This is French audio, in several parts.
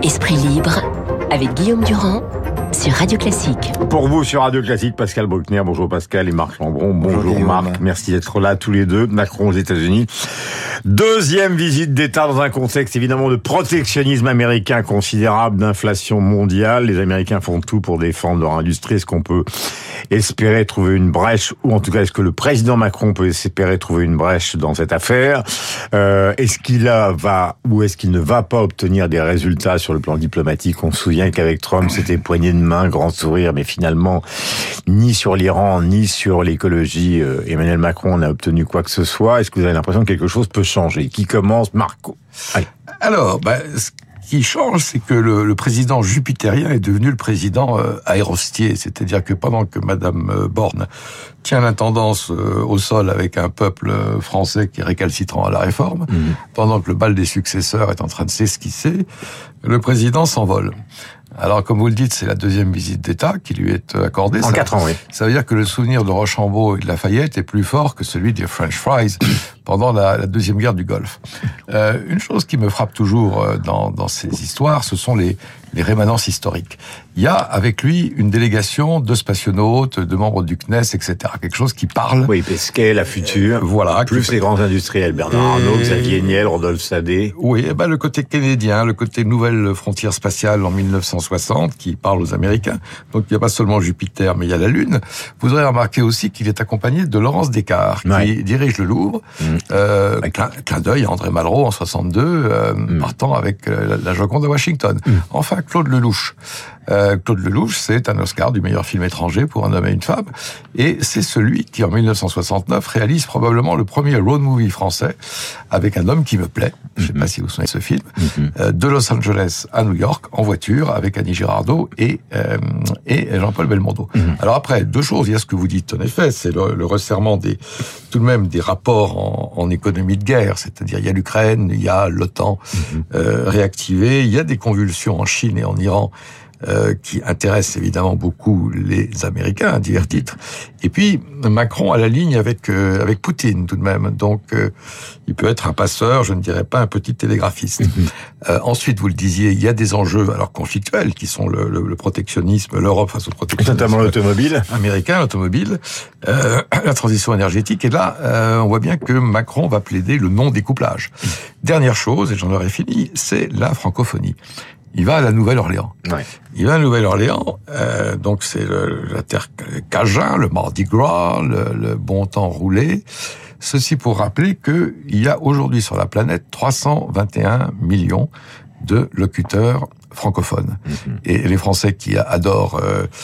Esprit libre avec Guillaume Durand sur Radio Classique. Pour vous sur Radio Classique, Pascal Bruckner, bonjour Pascal, et Marc Lambron, bonjour Marc, merci d'être là tous les deux. Macron aux États-Unis. Deuxième visite d'État dans un contexte évidemment de protectionnisme américain considérable, d'inflation mondiale. Les Américains font tout pour défendre leur industrie. Est-ce qu'on peut espérer trouver une brèche, ou en tout cas est-ce que le président Macron peut espérer trouver une brèche dans cette affaire? Est-ce qu'il va ou est-ce qu'il ne va pas obtenir des résultats sur le plan diplomatique? On se souvient qu'avec Trump c'était poignée de main, grand sourire, mais finalement ni sur l'Iran ni sur l'écologie Emmanuel Macron n'a obtenu quoi que ce soit. Est-ce que vous avez l'impression que quelque chose peut changer? Qui commence? Marco. Allez. Alors, ce qui change, c'est que le président jupitérien est devenu le président aérostier. C'est-à-dire que pendant que Madame Borne tient l'intendance au sol avec un peuple français qui est récalcitrant à la réforme, pendant que le bal des successeurs est en train de s'esquisser, le président s'envole. Alors, comme vous le dites, c'est la deuxième visite d'État qui lui est accordée. En 4 ans, oui. Ça veut dire que le souvenir de Rochambeau et de Lafayette est plus fort que celui des French fries pendant la deuxième guerre du Golfe. Une chose qui me frappe toujours dans ces histoires, ce sont les rémanences historiques. Il y a avec lui une délégation de spationautes, de membres du CNES, etc. Quelque chose qui parle. Oui, Pesquet, la future. Voilà. Plus les grands industriels. Bernard Arnault, Xavier Niel, Rodolphe Sadet. Oui, le côté kennedien, le côté nouvelle frontière spatiale en 1960 qui parle aux Américains. Donc il n'y a pas seulement Jupiter, mais il y a la Lune. Vous aurez remarqué aussi qu'il est accompagné de Laurence Descartes, qui dirige le Louvre. Clin d'œil à André Malraux en 62, partant avec la Joconde à Washington. Enfin, Claude Lelouch. Claude Lelouch, c'est un Oscar du meilleur film étranger pour un homme et une femme, et c'est celui qui, en 1969, réalise probablement le premier road movie français avec un homme qui me plaît, je ne sais pas si vous vous souvenez de ce film, de Los Angeles à New York, en voiture, avec Annie Girardot et Jean-Paul Belmondo. Alors après, deux choses, il y a ce que vous dites, en effet, c'est le resserrement tout de même des rapports en économie de guerre, c'est-à-dire il y a l'Ukraine, il y a l'OTAN réactivée, il y a des convulsions en Chine et en Iran, qui intéresse évidemment beaucoup les Américains à divers titres. Et puis Macron a la ligne avec Poutine tout de même. Donc il peut être un passeur, je ne dirais pas un petit télégraphiste. Ensuite, vous le disiez, il y a des enjeux alors conflictuels qui sont le protectionnisme, l'Europe face au protectionnisme, notamment l'automobile américain, l'automobile, la transition énergétique. Et là, on voit bien que Macron va plaider le non-découplage. Dernière chose, et j'en aurai fini, c'est la francophonie. Il va à la Nouvelle-Orléans. Ouais. Il va à la Nouvelle-Orléans, donc c'est la terre Cajun, le Mardi Gras, le bon temps roulé. Ceci pour rappeler qu'il y a aujourd'hui sur la planète 321 millions de locuteurs francophones. Et les Français qui adorent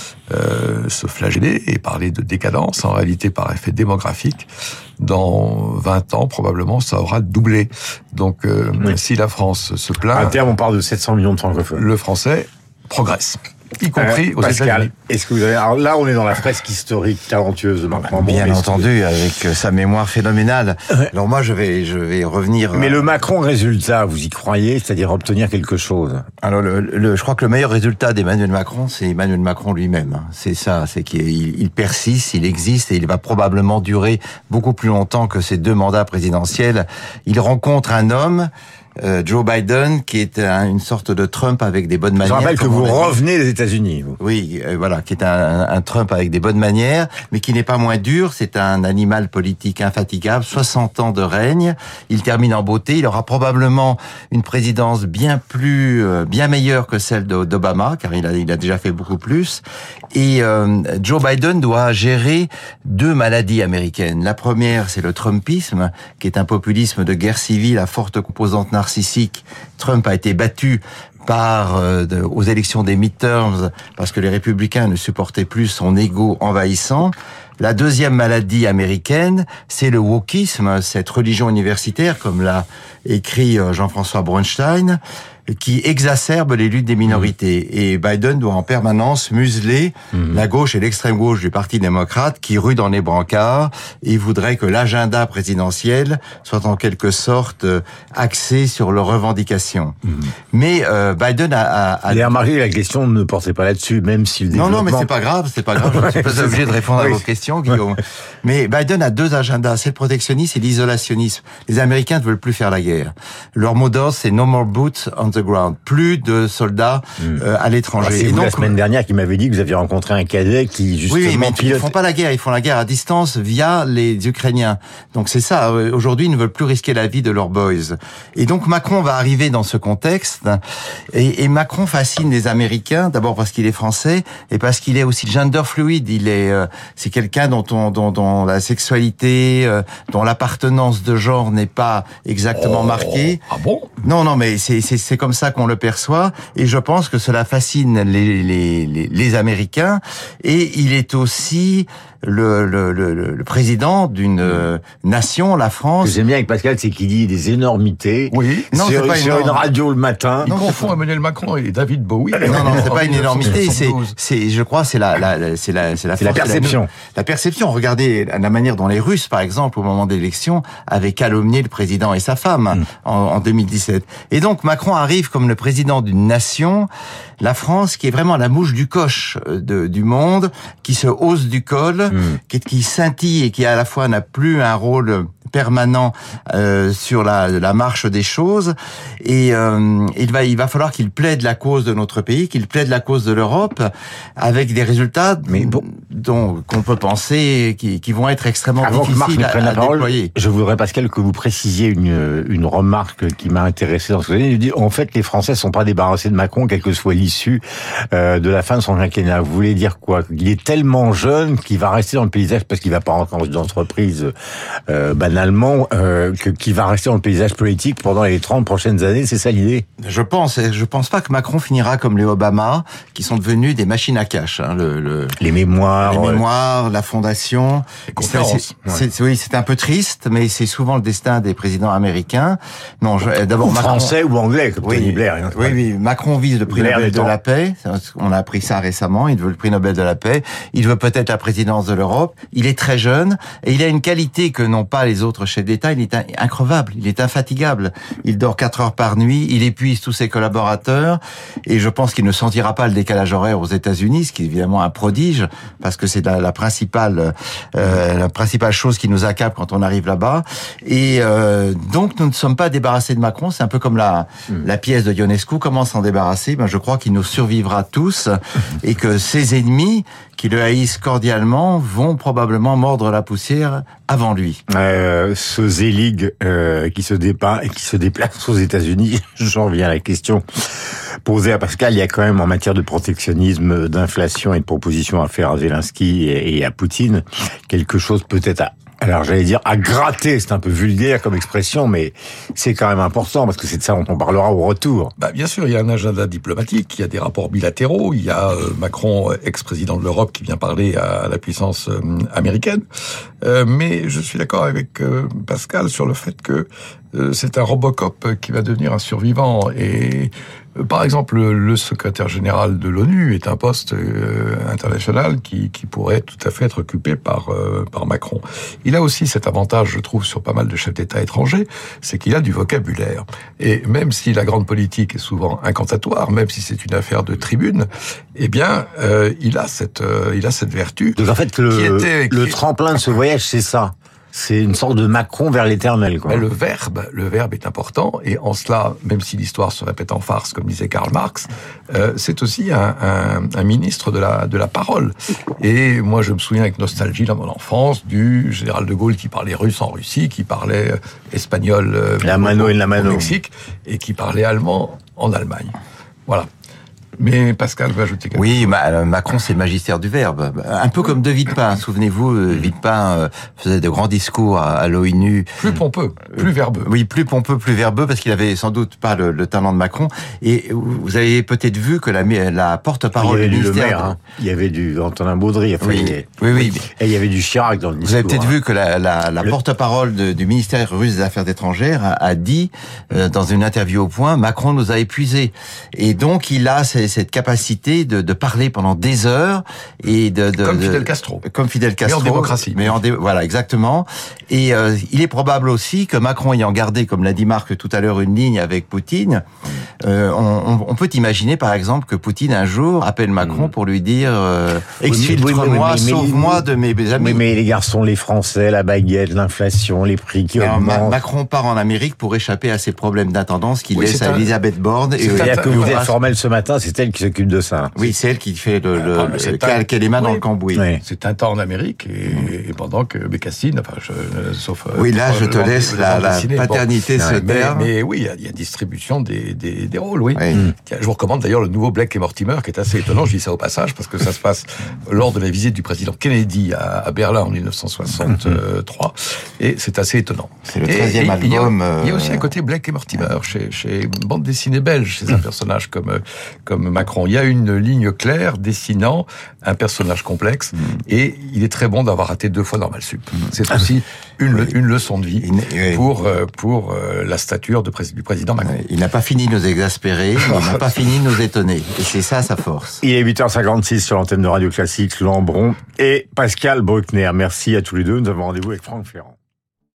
se flageller et parler de décadence, en réalité par effet démographique, dans 20 ans, probablement, ça aura doublé. Donc, si la France se plaint... À terme, on parle de 700 millions de francophones. Le français progresse, y compris aux Pascal, États-Unis. Est-ce que vous avez... Alors là, on est dans la fresque historique talentueuse de Macron. Bien entendu, avec sa mémoire phénoménale. Alors moi, je vais revenir... Mais le Macron résultat, vous y croyez? C'est-à-dire obtenir quelque chose? Alors, je crois que le meilleur résultat d'Emmanuel Macron, c'est Emmanuel Macron lui-même. C'est ça, c'est qu'il persiste, il existe, et il va probablement durer beaucoup plus longtemps que ces 2 mandats présidentiels. Il rencontre un homme... Joe Biden, qui est une sorte de Trump avec des bonnes manières. Je rappelle que vous revenez des États-Unis. Vous. Oui, voilà, qui est un Trump avec des bonnes manières, mais qui n'est pas moins dur. C'est un animal politique infatigable, 60 ans de règne. Il termine en beauté. Il aura probablement une présidence bien meilleure que celle d'Obama, car il a déjà fait beaucoup plus. Et Joe Biden doit gérer 2 maladies américaines. La première, c'est le Trumpisme, qui est un populisme de guerre civile à forte composante narcissique. Trump a été battu aux élections des midterms parce que les républicains ne supportaient plus son ego envahissant. La deuxième maladie américaine, c'est le wokisme, cette religion universitaire, comme l'a écrit Jean-François Bronstein, qui exacerbe les luttes des minorités. Et Biden doit en permanence museler la gauche et l'extrême gauche du Parti démocrate qui rue dans les brancards et voudrait que l'agenda présidentiel soit en quelque sorte axé sur leurs revendications. Mais Biden a... Les remarqué, la question ne portait pas là-dessus, même si le développement... Non, mais c'est pas grave. Je suis pas obligé de répondre à vos questions, Guillaume. Mais Biden a 2 agendas, c'est le protectionnisme et l'isolationnisme. Les Américains ne veulent plus faire la guerre. guerre. Leur mot d'ordre, c'est no more boots on the ground, plus de soldats à l'étranger. C'est vous, la semaine dernière, qui m'avait dit que vous aviez rencontré un cadet qui justement mais ils font pas la guerre, ils font la guerre à distance via les Ukrainiens. Donc c'est ça. Aujourd'hui, ils ne veulent plus risquer la vie de leurs boys. Et donc Macron va arriver dans ce contexte. Et Macron fascine les Américains, d'abord parce qu'il est français et parce qu'il est aussi gender fluide. C'est quelqu'un dont la sexualité, dont l'appartenance de genre n'est pas exactement marquée. Ah bon? Non, mais c'est comme ça qu'on le perçoit. Et je pense que cela fascine les Américains. Et il est aussi le président d'une nation, la France. Ce que j'aime bien avec Pascal, c'est qu'il dit des énormités. Oui. Non, c'est pas sur une radio le matin. Il confond Emmanuel Macron et David Bowie. Non, c'est pas une énormité. Je crois, c'est la perception. La perception. Regardez la manière dont les Russes, par exemple, au moment de l'élection, avaient calomnié le président et sa femme en 2017. Et donc Macron arrive comme le président d'une nation, la France, qui est vraiment la mouche du coche du monde, qui se hausse du col, qui scintille et qui à la fois n'a plus un rôle permanent sur la marche des choses. Et il va falloir qu'il plaide la cause de notre pays, qu'il plaide la cause de l'Europe, avec des résultats qu'on peut penser qui vont être extrêmement difficiles à déployer. Je voudrais, Pascal, que vous précisiez une remarque qui m'a intéressé dans ce que vous avez dit. En fait, les Français sont pas débarrassés de Macron, quelle que soit l'issue de la fin de son quinquennat. Vous voulez dire quoi? Il est tellement jeune qu'il va rester dans le paysage, parce qu'il va pas rentrer dans d'entreprise banalement, qu'il va rester dans le paysage politique pendant les 30 prochaines années. C'est ça l'idée? Je pense pas que Macron finira comme les Obama, qui sont devenus des machines à cash. Les mémoires, la fondation. Les conférences. Oui, c'est un peu triste, mais c'est souvent le destin des présidents américains. Non, d'abord Macron, français ou anglais, comme Tony Blair. Oui, Macron vise le prix Nobel de la paix. On a appris ça récemment. Il veut le prix Nobel de la paix. Il veut peut-être la présidence de l'Europe. Il est très jeune et il a une qualité que n'ont pas les autres chefs d'État. Il est increvable. Il est infatigable. Il dort 4 heures par nuit. Il épuise tous ses collaborateurs et je pense qu'il ne sentira pas le décalage horaire aux États-Unis, ce qui est évidemment un prodige parce que c'est la principale chose qui nous accable quand on arrive là-bas. Et donc nous ne sommes pas débarrassés de Macron. C'est un peu comme la pièce de Ionescu. Comment s'en débarrasser? Je crois qu'il nous survivra tous et que ses ennemis qui le haïssent cordialement vont probablement mordre la poussière avant lui. Ce Zelig qui se déplace aux États-Unis, j'en reviens à la question posée à Pascal. Il y a quand même, en matière de protectionnisme, d'inflation et de propositions à faire à Zelensky et à Poutine, quelque chose peut-être alors j'allais dire à gratter, c'est un peu vulgaire comme expression, mais c'est quand même important parce que c'est de ça dont on parlera au retour. Bien sûr, il y a un agenda diplomatique, il y a des rapports bilatéraux, il y a Macron, ex-président de l'Europe, qui vient parler à la puissance américaine. Mais je suis d'accord avec Pascal sur le fait que c'est un Robocop qui va devenir un survivant. Et par exemple, le secrétaire général de l'ONU est un poste international qui pourrait tout à fait être occupé par Macron. Il a aussi cet avantage, je trouve, sur pas mal de chefs d'État étrangers, c'est qu'il a du vocabulaire. Et même si la grande politique est souvent incantatoire, même si c'est une affaire de tribune, eh bien, il a cette vertu. Donc en fait, le tremplin de ce voyage, c'est ça. C'est une sorte de Macron vers l'éternel, quoi. Le verbe est important, et en cela, même si l'histoire se répète en farce, comme disait Karl Marx, c'est aussi un ministre de la parole. Et moi, je me souviens avec nostalgie, dans mon enfance, du général de Gaulle qui parlait russe en Russie, qui parlait espagnol au Mexique, et qui parlait allemand en Allemagne. Voilà. Mais Pascal veut ajouter quelque chose. Oui, Macron, c'est le magistère du verbe. Un peu comme De Villepin. Souvenez-vous, Villepin faisait de grands discours à l'ONU. Plus pompeux, plus verbeux. Oui, plus pompeux, plus verbeux, parce qu'il avait sans doute pas le talent de Macron. Et vous avez peut-être vu que la porte-parole du ministère... Il y avait du Antonin Baudry. Oui. Et il y avait du Chirac dans le discours. Vous avez peut-être vu que la porte-parole du ministère russe des Affaires étrangères a dit, dans une interview au Point, Macron nous a épuisés. Et donc, il a cette capacité de parler pendant des heures et comme Fidel Castro. Comme Fidel Castro. Mais en démocratie. Voilà, exactement. Et il est probable aussi que Macron, ayant gardé, comme l'a dit Marc tout à l'heure, une ligne avec Poutine, On peut imaginer, par exemple, que Poutine, un jour, appelle Macron pour lui dire exfiltre-moi, sauve-moi de mes amis. Oui, mais les garçons, les Français, la baguette, l'inflation, les prix qui augmentent. Macron part en Amérique pour échapper à ces problèmes d'intendance qu'il laisse à Elisabeth Borne. C'est-à-dire que vous êtes formel ce matin, c'est elle qui s'occupe de ça. Oui, c'est elle qui fait qui a les mains dans le cambouis. Oui. C'est un temps en Amérique et pendant que Bécassine, sauf. Oui, là, je te laisse la paternité se taire. Mais oui, il y a distribution des rôles, oui. Je vous recommande d'ailleurs le nouveau Blake et Mortimer, qui est assez étonnant. Je dis ça au passage parce que ça se passe lors de la visite du président Kennedy à Berlin en 1963, et c'est assez étonnant. C'est le 13e album. Il y a aussi un côté Blake et Mortimer chez bande dessinée belge, chez un personnage comme Macron. Il y a une ligne claire dessinant un personnage complexe, et il est très bon d'avoir raté 2 fois Normal Sup. C'est aussi une leçon de vie pour la stature du président Macron. Il n'a pas fini de nous exaspérer, il n'a pas fini de nous étonner. Et c'est ça sa force. Il est 8h56 sur l'antenne de Radio Classique, Lambron et Pascal Bruckner. Merci à tous les deux. Nous avons rendez-vous avec Franck Ferrand.